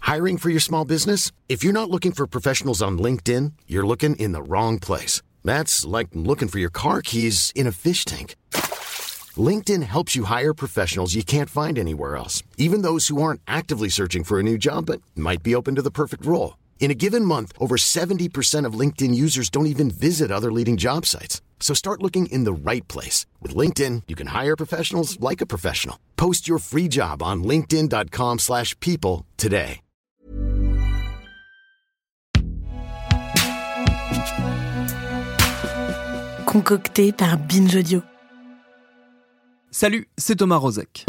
Hiring for your small business? If you're not looking for professionals on LinkedIn, you're looking in the wrong place. That's like looking for your car keys in a fish tank. LinkedIn helps you hire professionals you can't find anywhere else, even those who aren't actively searching for a new job but might be open to the perfect role. In a given month, over 70% of LinkedIn users don't even visit other leading job sites. So start looking in the right place. With LinkedIn, you can hire professionals like a professional. Post your free job on linkedin.com/people today. Concocté par Binge Audio. Salut, c'est Thomas Rozek.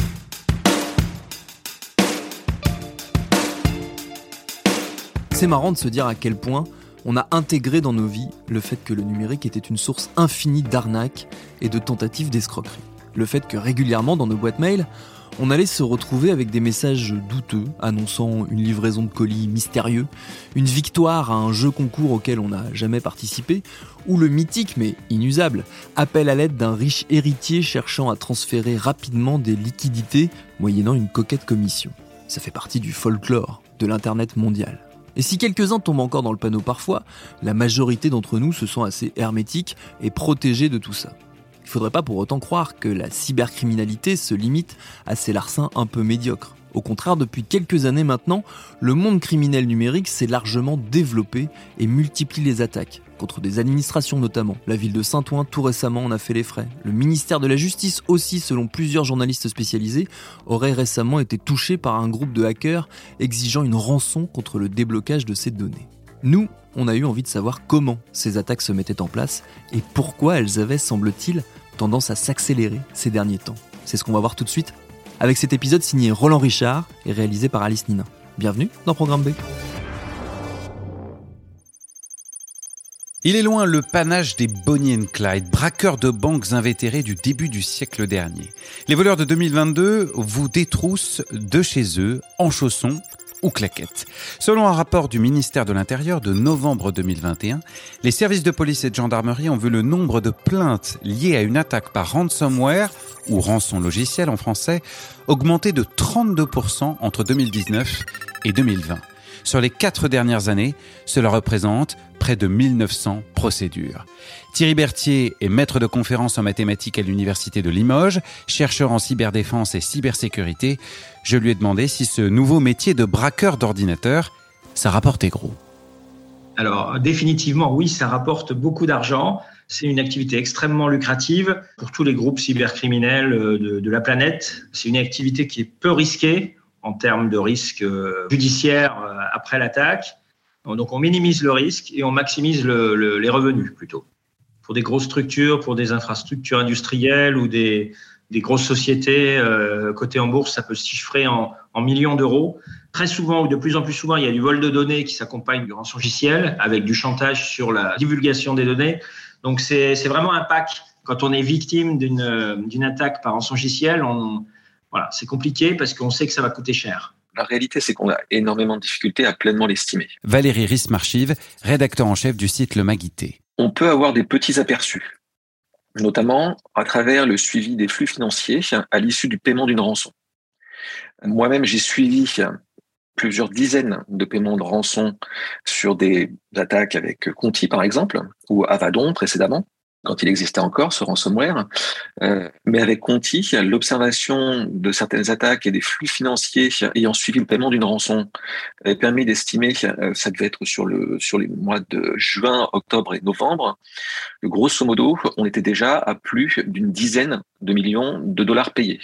C'est marrant de se dire à quel point on a intégré dans nos vies le fait que le numérique était une source infinie d'arnaques et de tentatives d'escroquerie. Le fait que régulièrement dans nos boîtes mail, on allait se retrouver avec des messages douteux annonçant une livraison de colis mystérieux, une victoire à un jeu concours auquel on n'a jamais participé, ou le mythique mais inusable appel à l'aide d'un riche héritier cherchant à transférer rapidement des liquidités moyennant une coquette commission. Ça fait partie du folklore de l'internet mondial. Et si quelques-uns tombent encore dans le panneau parfois, la majorité d'entre nous se sent assez hermétiques et protégés de tout ça. Il ne faudrait pas pour autant croire que la cybercriminalité se limite à ces larcins un peu médiocres. Au contraire, depuis quelques années maintenant, le monde criminel numérique s'est largement développé et multiplie les attaques, contre des administrations notamment. La ville de Saint-Ouen, tout récemment, en a fait les frais. Le ministère de la Justice aussi, selon plusieurs journalistes spécialisés, aurait récemment été touché par un groupe de hackers exigeant une rançon contre le déblocage de ces données. Nous, on a eu envie de savoir comment ces attaques se mettaient en place et pourquoi elles avaient, semble-t-il, tendance à s'accélérer ces derniers temps. C'est ce qu'on va voir tout de suite avec cet épisode signé Roland Richard et réalisé par Alice Ninin. Bienvenue dans Programme B. Il est loin le panache des Bonnie & Clyde, braqueurs de banques invétérés du début du siècle dernier. Les voleurs de 2022 vous détroussent de chez eux en chaussons ou claquettes. Selon un rapport du ministère de l'Intérieur de novembre 2021, les services de police et de gendarmerie ont vu le nombre de plaintes liées à une attaque par ransomware, ou rançon logiciel en français, augmenter de 32% entre 2019 et 2020. Sur les 4 dernières années, cela représente près de 1900 procédures. Thierry Berthier est maître de conférences en mathématiques à l'université de Limoges, chercheur en cyberdéfense et cybersécurité. Je lui ai demandé si ce nouveau métier de braqueur d'ordinateur, ça rapportait gros. Alors, définitivement, oui, ça rapporte beaucoup d'argent. C'est une activité extrêmement lucrative pour tous les groupes cybercriminels de la planète. C'est une activité qui est peu risquée en termes de risque judiciaire après l'attaque. Donc, on minimise le risque et on maximise les revenus plutôt. Pour des grosses structures, pour des infrastructures industrielles ou des grosses sociétés cotées en bourse, ça peut se chiffrer en millions d'euros. Très souvent, ou de plus en plus souvent, il y a du vol de données qui s'accompagne du rançon logiciel avec du chantage sur la divulgation des données. Donc, c'est vraiment un pack. Quand on est victime d'une attaque par rançon logiciel, c'est compliqué parce qu'on sait que ça va coûter cher. La réalité, c'est qu'on a énormément de difficultés à pleinement l'estimer. Valérie Rismarchiv, rédacteur en chef du site Le Maguité. On peut avoir des petits aperçus, notamment à travers le suivi des flux financiers à l'issue du paiement d'une rançon. Moi-même, j'ai suivi plusieurs dizaines de paiements de rançon sur des attaques avec Conti, par exemple, ou Avadon précédemment, quand il existait encore ce ransomware. Mais avec Conti, l'observation de certaines attaques et des flux financiers ayant suivi le paiement d'une rançon avait permis d'estimer, ça devait être sur les mois de juin, octobre et novembre, grosso modo, on était déjà à plus d'une dizaine de millions de dollars payés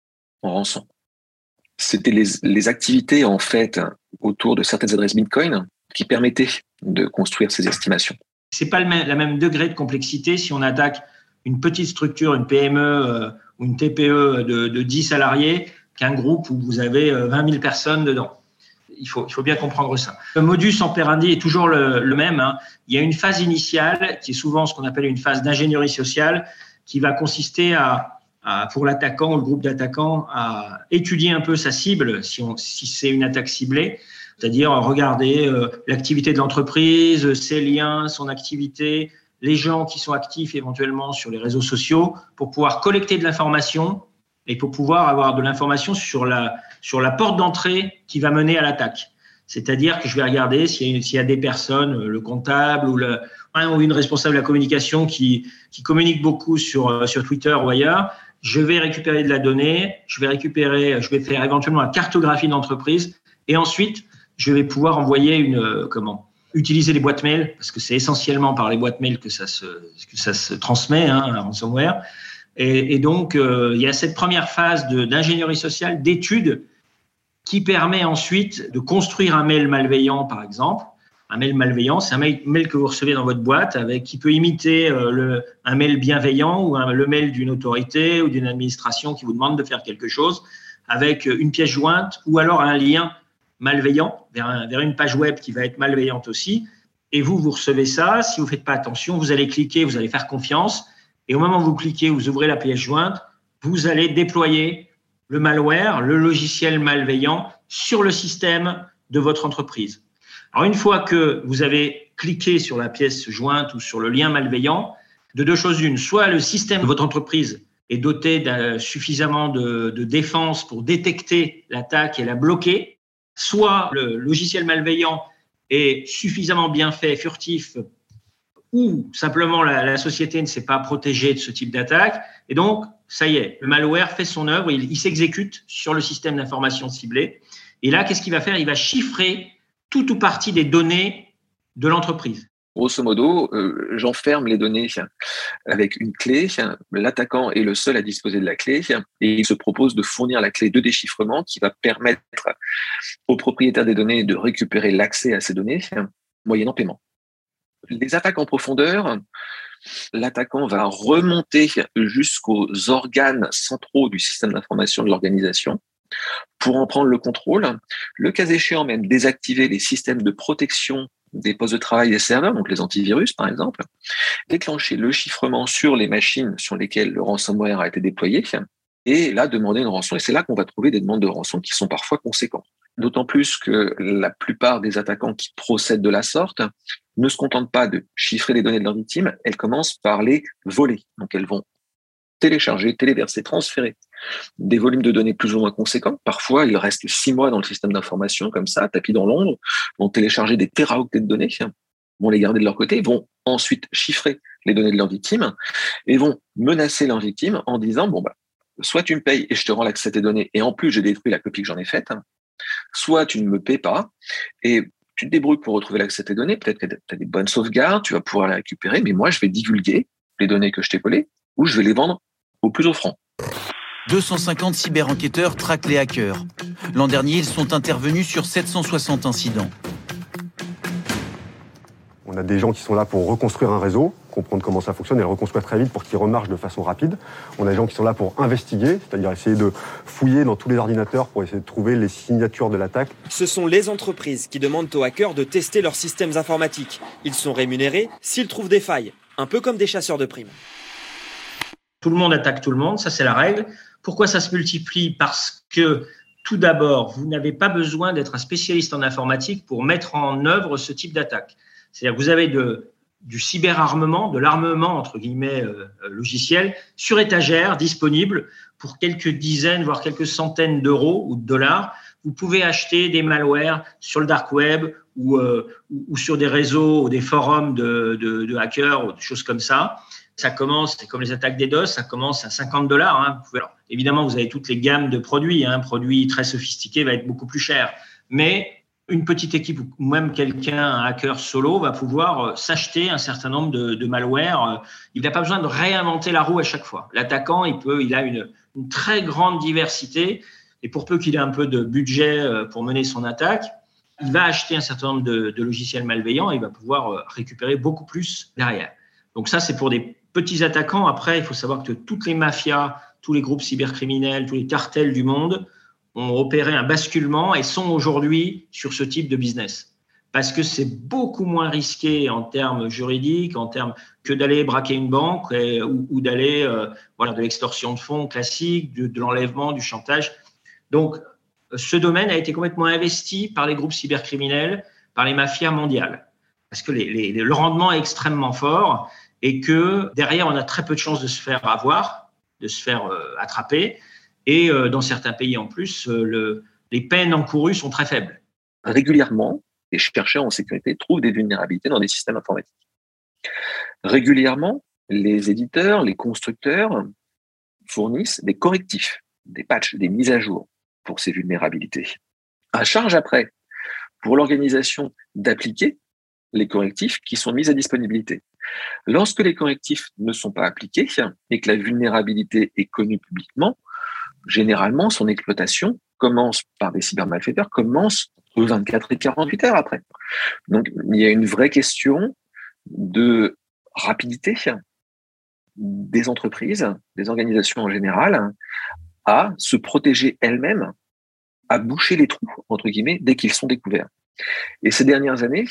en rançon. C'était les activités, en fait, autour de certaines adresses Bitcoin qui permettaient de construire ces estimations. C'est pas la même degré de complexité si on attaque une petite structure, une PME ou une TPE de 10 salariés qu'un groupe où vous avez 20 000 personnes dedans. Il faut bien comprendre ça. Le modus operandi est toujours le même. Il y a une phase initiale qui est souvent ce qu'on appelle une phase d'ingénierie sociale qui va consister pour l'attaquant ou le groupe d'attaquants à étudier un peu sa cible si c'est une attaque ciblée. C'est-à-dire regarder l'activité de l'entreprise, ses liens, son activité, les gens qui sont actifs éventuellement sur les réseaux sociaux pour pouvoir collecter de l'information et pour pouvoir avoir de l'information sur la porte d'entrée qui va mener à l'attaque. C'est-à-dire que je vais regarder s'il y a des personnes, le comptable ou une responsable de la communication qui communique beaucoup sur Twitter ou ailleurs. Je vais récupérer de la donnée, je vais faire éventuellement la cartographie d'entreprise et ensuite, je vais pouvoir envoyer utiliser les boîtes mail, parce que c'est essentiellement par les boîtes mail que ça se transmet, un ransomware. Et donc, il y a cette première phase d'ingénierie sociale, d'étude, qui permet ensuite de construire un mail malveillant, par exemple. Un mail malveillant, c'est un mail que vous recevez dans votre boîte qui peut imiter un mail bienveillant ou le mail d'une autorité ou d'une administration qui vous demande de faire quelque chose avec une pièce jointe ou alors un lien malveillant vers une page web qui va être malveillante aussi. Et vous recevez ça. Si vous ne faites pas attention, vous allez cliquer, vous allez faire confiance. Et au moment où vous cliquez, vous ouvrez la pièce jointe, vous allez déployer le malware, le logiciel malveillant sur le système de votre entreprise. Alors, une fois que vous avez cliqué sur la pièce jointe ou sur le lien malveillant, de deux choses une, soit le système de votre entreprise est doté suffisamment de défense pour détecter l'attaque et la bloquer, soit le logiciel malveillant est suffisamment bien fait, furtif, ou simplement la société ne s'est pas protégée de ce type d'attaque. Et donc, ça y est, le malware fait son œuvre, il s'exécute sur le système d'information ciblé. Et là, qu'est-ce qu'il va faire ? Il va chiffrer tout ou partie des données de l'entreprise. Grosso modo, j'enferme les données avec une clé. L'attaquant est le seul à disposer de la clé et il se propose de fournir la clé de déchiffrement qui va permettre au propriétaire des données de récupérer l'accès à ces données moyennant paiement. Les attaques en profondeur, l'attaquant va remonter jusqu'aux organes centraux du système d'information de l'organisation pour en prendre le contrôle, le cas échéant même désactiver les systèmes de protection des postes de travail des serveurs, donc les antivirus par exemple, déclencher le chiffrement sur les machines sur lesquelles le ransomware a été déployé, et là demander une rançon. Et c'est là qu'on va trouver des demandes de rançon qui sont parfois conséquentes. D'autant plus que la plupart des attaquants qui procèdent de la sorte ne se contentent pas de chiffrer les données de leurs victimes, elles commencent par les voler. Donc elles vont télécharger, téléverser, transférer des volumes de données plus ou moins conséquents. Parfois, il reste 6 mois dans le système d'information, comme ça, tapis dans l'ombre, vont télécharger des téraoctets de données, vont les garder de leur côté, vont ensuite chiffrer les données de leurs victimes et vont menacer leurs victimes en disant, soit tu me payes et je te rends l'accès à tes données et en plus, je détruis la copie que j'en ai faite, soit tu ne me payes pas et tu te débrouilles pour retrouver l'accès à tes données, peut-être que tu as des bonnes sauvegardes, tu vas pouvoir les récupérer, mais moi, je vais divulguer les données que je t'ai volées ou je vais les vendre au plus offrant. 250 cyber-enquêteurs traquent les hackers. L'an dernier, ils sont intervenus sur 760 incidents. On a des gens qui sont là pour reconstruire un réseau, comprendre comment ça fonctionne et le reconstruire très vite pour qu'il remarche de façon rapide. On a des gens qui sont là pour investiguer, c'est-à-dire essayer de fouiller dans tous les ordinateurs pour essayer de trouver les signatures de l'attaque. Ce sont les entreprises qui demandent aux hackers de tester leurs systèmes informatiques. Ils sont rémunérés s'ils trouvent des failles, un peu comme des chasseurs de primes. Tout le monde attaque tout le monde, ça c'est la règle. Pourquoi ça se multiplie ? Parce que tout d'abord, vous n'avez pas besoin d'être un spécialiste en informatique pour mettre en œuvre ce type d'attaque. C'est-à-dire que vous avez du cyberarmement, de l'armement entre guillemets logiciel sur étagère disponible pour quelques dizaines, voire quelques centaines d'euros ou de dollars. Vous pouvez acheter des malwares sur le dark web ou sur des réseaux ou des forums de hackers ou des choses comme ça. Ça commence, c'est comme les attaques DDoS, ça commence à $50. Alors, évidemment, vous avez toutes les gammes de produits. Un produit très sophistiqué va être beaucoup plus cher. Mais une petite équipe ou même un hacker solo va pouvoir s'acheter un certain nombre de malwares. Il n'a pas besoin de réinventer la roue à chaque fois. L'attaquant, il a une très grande diversité. Et pour peu qu'il ait un peu de budget pour mener son attaque, il va acheter un certain nombre de logiciels malveillants et il va pouvoir récupérer beaucoup plus derrière. Donc ça, c'est pour des petits attaquants. Après, il faut savoir que toutes les mafias, tous les groupes cybercriminels, tous les cartels du monde ont opéré un basculement et sont aujourd'hui sur ce type de business. Parce que c'est beaucoup moins risqué en termes juridiques, que d'aller braquer une banque ou d'aller de l'extorsion de fonds classique, de l'enlèvement, du chantage. Donc, ce domaine a été complètement investi par les groupes cybercriminels, par les mafias mondiales. Parce que le rendement est extrêmement fort et que derrière, on a très peu de chances de se faire avoir, de se faire attraper. Et dans certains pays en plus, les peines encourues sont très faibles. régulièrement, les chercheurs en sécurité trouvent des vulnérabilités dans des systèmes informatiques. Régulièrement, les éditeurs, les constructeurs fournissent des correctifs, des patchs, des mises à jour pour ces vulnérabilités. À charge après, pour l'organisation d'appliquer les correctifs qui sont mis à disponibilité. Lorsque les correctifs ne sont pas appliqués et que la vulnérabilité est connue publiquement, généralement, son exploitation commence par des cybermalfaiteurs, commence entre 24 et 48 heures après. Donc, il y a une vraie question de rapidité des entreprises, des organisations en général, à se protéger elles-mêmes, à boucher les trous, entre guillemets, dès qu'ils sont découverts. Et ces dernières années,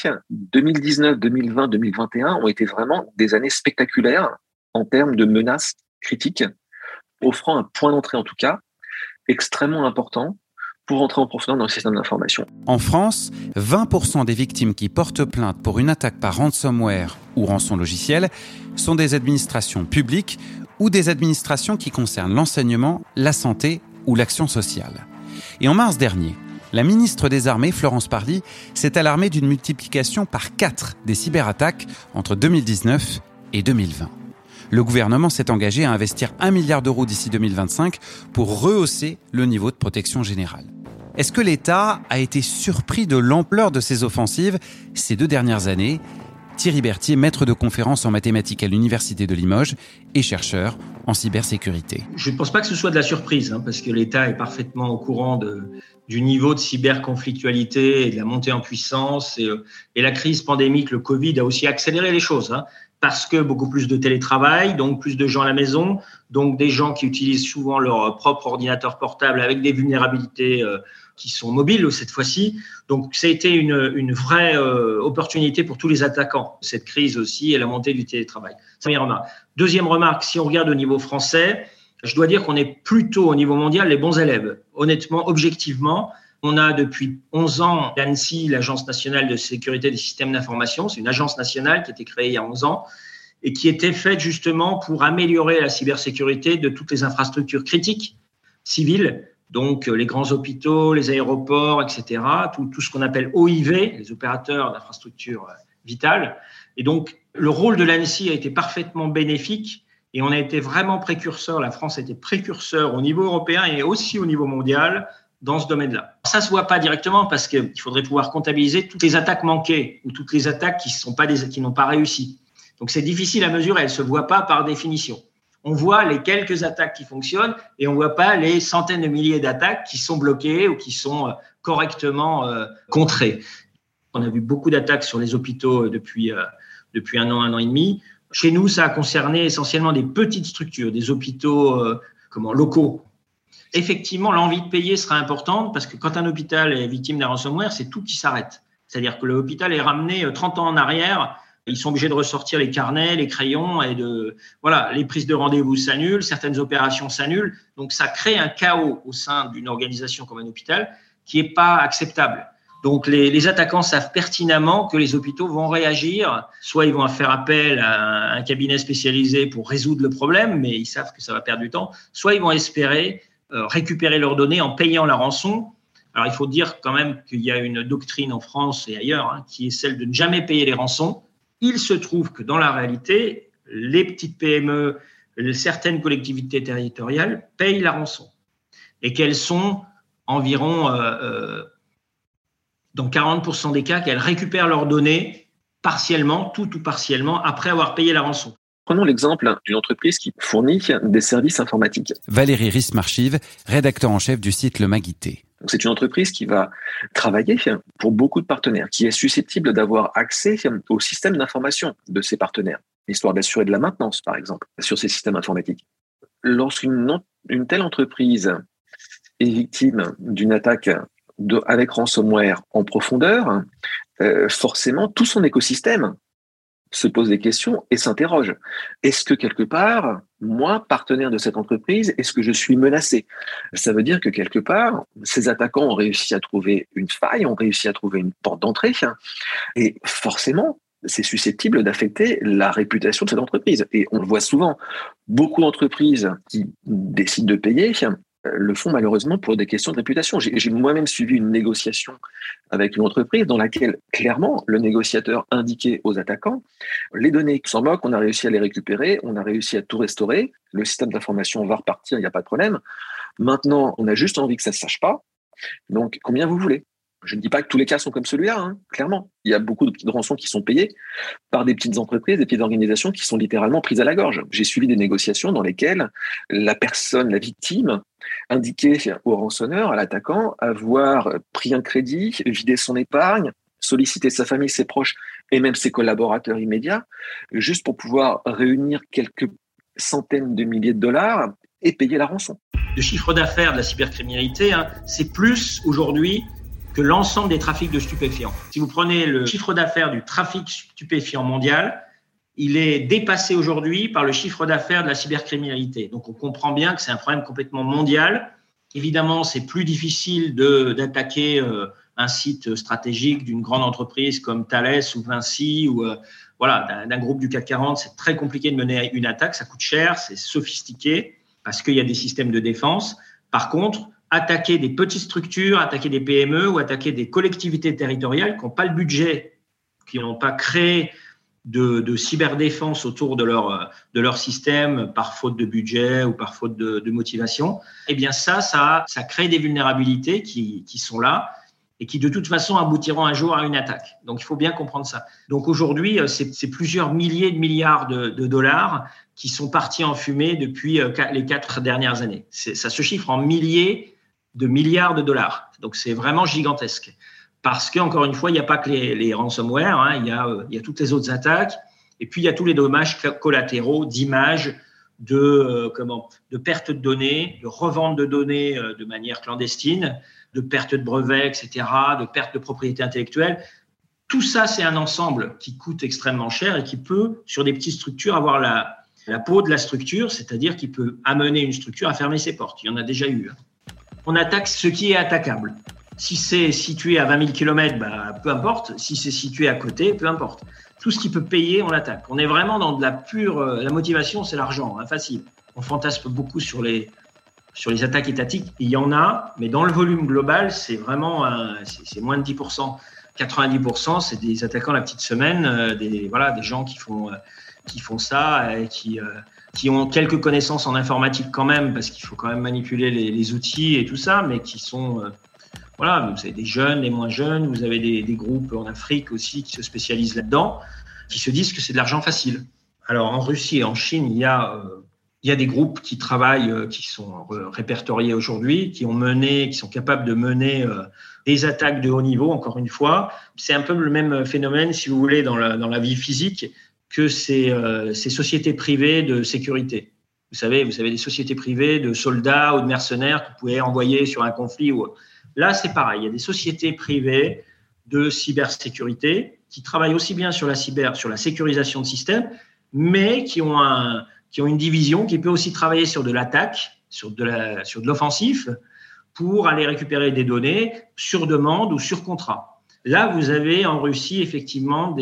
2019, 2020, 2021, ont été vraiment des années spectaculaires en termes de menaces critiques, offrant un point d'entrée en tout cas, extrêmement important pour entrer en profondeur dans le système d'information. En France, 20% des victimes qui portent plainte pour une attaque par ransomware ou rançon logiciel sont des administrations publiques ou des administrations qui concernent l'enseignement, la santé ou l'action sociale. Et en mars dernier, la ministre des Armées, Florence Parly, s'est alarmée d'une multiplication par 4 des cyberattaques entre 2019 et 2020. Le gouvernement s'est engagé à investir 1 milliard d'euros d'ici 2025 pour rehausser le niveau de protection générale. Est-ce que l'État a été surpris de l'ampleur de ces offensives ces 2 dernières années ? Thierry Berthier, maître de conférences en mathématiques à l'Université de Limoges et chercheur en cybersécurité. Je ne pense pas que ce soit de la surprise, parce que l'État est parfaitement au courant du niveau de cyberconflictualité et de la montée en puissance. Et la crise pandémique, le Covid, a aussi accéléré les choses, parce que beaucoup plus de télétravail, donc plus de gens à la maison, donc des gens qui utilisent souvent leur propre ordinateur portable avec des vulnérabilités qui sont mobiles cette fois-ci. Donc ça a été une vraie opportunité pour tous les attaquants, cette crise aussi et la montée du télétravail. Première remarque. Deuxième remarque, si on regarde au niveau français, je dois dire qu'on est plutôt au niveau mondial les bons élèves. Honnêtement, objectivement, on a depuis 11 ans l'ANSSI, l'Agence nationale de sécurité des systèmes d'information. C'est une agence nationale qui a été créée il y a 11 ans et qui était faite justement pour améliorer la cybersécurité de toutes les infrastructures critiques civiles, donc les grands hôpitaux, les aéroports, etc., tout ce qu'on appelle OIV, les opérateurs d'infrastructures vitales. Et donc, le rôle de l'ANSSI a été parfaitement bénéfique et on a été vraiment précurseur, la France a été précurseur au niveau européen et aussi au niveau mondial dans ce domaine-là. Ça ne se voit pas directement parce qu'il faudrait pouvoir comptabiliser toutes les attaques manquées ou toutes les attaques qui n'ont pas réussi. Donc, c'est difficile à mesurer, elles ne se voient pas par définition. On voit les quelques attaques qui fonctionnent et on ne voit pas les centaines de milliers d'attaques qui sont bloquées ou qui sont correctement contrées. On a vu beaucoup d'attaques sur les hôpitaux depuis 1 an et demi. Chez nous, ça a concerné essentiellement des petites structures, des hôpitaux locaux. Effectivement, l'envie de payer sera importante parce que quand un hôpital est victime d'un ransomware, c'est tout qui s'arrête. C'est-à-dire que l'hôpital est ramené 30 ans en arrière. Ils sont obligés de ressortir les carnets, les crayons et les prises de rendez-vous s'annulent, certaines opérations s'annulent. Donc, ça crée un chaos au sein d'une organisation comme un hôpital qui n'est pas acceptable. Donc, les attaquants savent pertinemment que les hôpitaux vont réagir. Soit ils vont faire appel à un cabinet spécialisé pour résoudre le problème, mais ils savent que ça va perdre du temps. Soit ils vont espérer récupérer leurs données en payant la rançon. Alors, il faut dire quand même qu'il y a une doctrine en France et ailleurs qui est celle de ne jamais payer les rançons. Il se trouve que dans la réalité, les petites PME, certaines collectivités territoriales payent la rançon et qu'elles sont environ, dans 40% des cas, qu'elles récupèrent leurs données partiellement, tout ou partiellement, après avoir payé la rançon. Prenons l'exemple d'une entreprise qui fournit des services informatiques. Valérie Rismarchiv, rédacteur en chef du site Le Maguité. C'est une entreprise qui va travailler pour beaucoup de partenaires, qui est susceptible d'avoir accès au système d'information de ses partenaires, histoire d'assurer de la maintenance, par exemple, sur ces systèmes informatiques. Lorsqu'une telle entreprise est victime d'une attaque avec ransomware en profondeur, forcément, tout son écosystème se pose des questions et s'interroge. Est-ce que quelque part, moi, partenaire de cette entreprise, est-ce que je suis menacé ? Ça veut dire que quelque part, ces attaquants ont réussi à trouver une faille, ont réussi à trouver une porte d'entrée, et forcément, c'est susceptible d'affecter la réputation de cette entreprise. Et on le voit souvent, beaucoup d'entreprises qui décident de payer le font malheureusement pour des questions de réputation. J'ai moi-même suivi une négociation avec une entreprise dans laquelle, clairement, le négociateur indiquait aux attaquants les données s'en moquent, on a réussi à les récupérer, on a réussi à tout restaurer, le système d'information va repartir, il n'y a pas de problème. Maintenant, on a juste envie que ça ne se sache pas, donc combien vous voulez ? Je ne dis pas que tous les cas sont comme celui-là, clairement. Il y a beaucoup de rançons qui sont payées par des petites entreprises, des petites organisations qui sont littéralement prises à la gorge. J'ai suivi des négociations dans lesquelles la personne, la victime, indiquait au rançonneur, à l'attaquant, avoir pris un crédit, vidé son épargne, sollicité sa famille, ses proches et même ses collaborateurs immédiats, juste pour pouvoir réunir quelques centaines de milliers de dollars et payer la rançon. Le chiffre d'affaires de la cybercriminalité, c'est plus aujourd'hui que l'ensemble des trafics de stupéfiants. Si vous prenez le chiffre d'affaires du trafic stupéfiant mondial, il est dépassé aujourd'hui par le chiffre d'affaires de la cybercriminalité. Donc on comprend bien que c'est un problème complètement mondial. Évidemment, c'est plus difficile d'attaquer un site stratégique d'une grande entreprise comme Thales ou Vinci ou d'un groupe du CAC 40. C'est très compliqué de mener une attaque, ça coûte cher, c'est sophistiqué parce qu'il y a des systèmes de défense. Par contre, attaquer des petites structures, attaquer des PME ou attaquer des collectivités territoriales qui n'ont pas le budget, qui n'ont pas créé de cyberdéfense autour de leur système par faute de budget ou par faute de motivation, eh bien ça crée des vulnérabilités qui sont là et qui de toute façon aboutiront un jour à une attaque. Donc il faut bien comprendre ça. Donc aujourd'hui, c'est plusieurs milliers de milliards de dollars qui sont partis en fumée depuis les 4 dernières années. Ça se chiffre en milliers de milliards de dollars. Donc, c'est vraiment gigantesque. Parce qu'encore une fois, il n'y a pas que les ransomware, il y a toutes les autres attaques. Et puis, il y a tous les dommages collatéraux d'images, de perte de données, de revente de données de manière clandestine, de perte de brevets, etc., de perte de propriété intellectuelle. Tout ça, c'est un ensemble qui coûte extrêmement cher et qui peut, sur des petites structures, avoir la peau de la structure, c'est-à-dire qui peut amener une structure à fermer ses portes. Il y en a déjà eu. On attaque ce qui est attaquable. Si c'est situé à 20 000 km, peu importe. Si c'est situé à côté, peu importe. Tout ce qui peut payer, on l'attaque. On est vraiment dans de la pure... La motivation, c'est l'argent, facile. On fantasme beaucoup sur les attaques étatiques. Il y en a, mais dans le volume global, c'est vraiment c'est moins de 10%. 90%, c'est des attaquants la petite semaine, des gens qui font ça et qui ont quelques connaissances en informatique quand même, parce qu'il faut quand même manipuler les outils et tout ça, mais qui sont... vous avez des jeunes, des moins jeunes, vous avez des groupes en Afrique aussi qui se spécialisent là-dedans, qui se disent que c'est de l'argent facile. Alors en Russie et en Chine, il y a des groupes qui travaillent, qui sont répertoriés aujourd'hui, qui sont capables de mener des attaques de haut niveau, encore une fois. C'est un peu le même phénomène, si vous voulez, dans la vie physique, que ces sociétés privées de sécurité. Vous savez des sociétés privées de soldats ou de mercenaires que vous pouvez envoyer sur un conflit. Là, c'est pareil. Il y a des sociétés privées de cybersécurité qui travaillent aussi bien sur la sécurisation de systèmes, mais qui ont une division qui peut aussi travailler sur de l'attaque, sur de l'offensif, pour aller récupérer des données sur demande ou sur contrat. Là, vous avez en Russie effectivement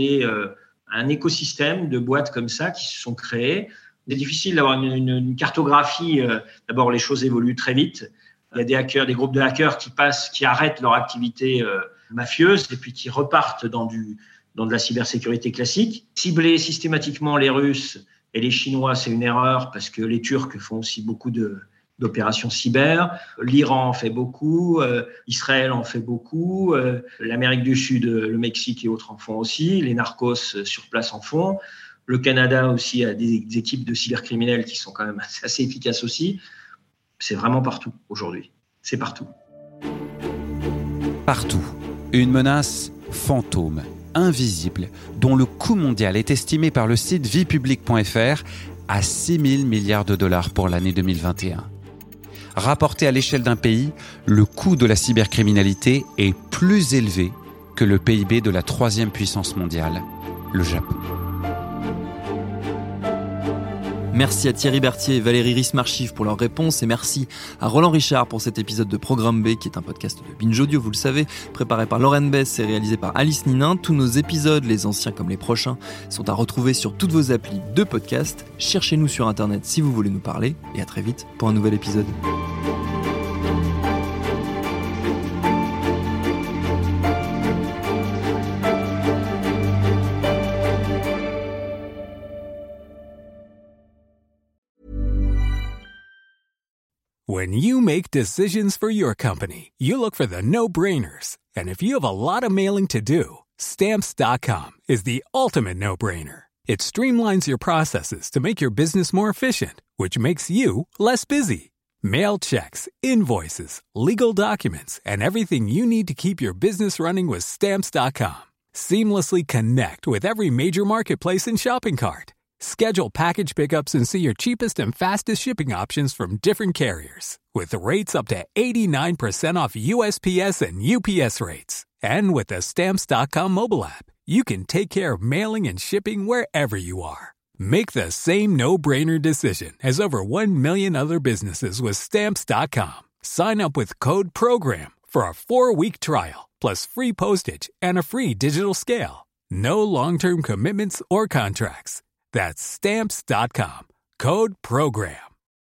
un écosystème de boîtes comme ça qui se sont créées. C'est difficile d'avoir une cartographie. D'abord, les choses évoluent très vite. Il y a des groupes de hackers qui arrêtent leur activité mafieuse et puis qui repartent dans de la cybersécurité classique. Cibler systématiquement les Russes et les Chinois, c'est une erreur parce que les Turcs font aussi beaucoup d'opérations cyber. L'Iran en fait beaucoup, Israël en fait beaucoup, l'Amérique du Sud, le Mexique et autres en font aussi, les narcos sur place en font. Le Canada aussi a des équipes de cybercriminels qui sont quand même assez efficaces aussi. C'est vraiment partout aujourd'hui. C'est partout. Partout. Une menace fantôme, invisible, dont le coût mondial est estimé par le site viepublique.fr à 6 000 milliards de dollars pour l'année 2021. Rapporté à l'échelle d'un pays, le coût de la cybercriminalité est plus élevé que le PIB de la 3e puissance mondiale, le Japon. Merci à Thierry Berthier et Valérie Rismarchiv pour leurs réponses et merci à Roland Richard pour cet épisode de Programme B qui est un podcast de Binge Audio, vous le savez, préparé par Lauren Bess et réalisé par Alice Ninin. Tous nos épisodes, les anciens comme les prochains, sont à retrouver sur toutes vos applis de podcast. Cherchez-nous sur Internet si vous voulez nous parler et à très vite pour un nouvel épisode. When you make decisions for your company, you look for the no-brainers. And if you have a lot of mailing to do, Stamps.com is the ultimate no-brainer. It streamlines your processes to make your business more efficient, which makes you less busy. Mail checks, invoices, legal documents, and everything you need to keep your business running with Stamps.com. Seamlessly connect with every major marketplace and shopping cart. Schedule package pickups and see your cheapest and fastest shipping options from different carriers, with rates up to 89% off USPS and UPS rates. And with the Stamps.com mobile app, you can take care of mailing and shipping wherever you are. Make the same no-brainer decision as over 1 million other businesses with Stamps.com. Sign up with code PROGRAM for a 4-week trial, plus free postage and a free digital scale. No long-term commitments or contracts. That's Stamps.com. Code PROGRAM.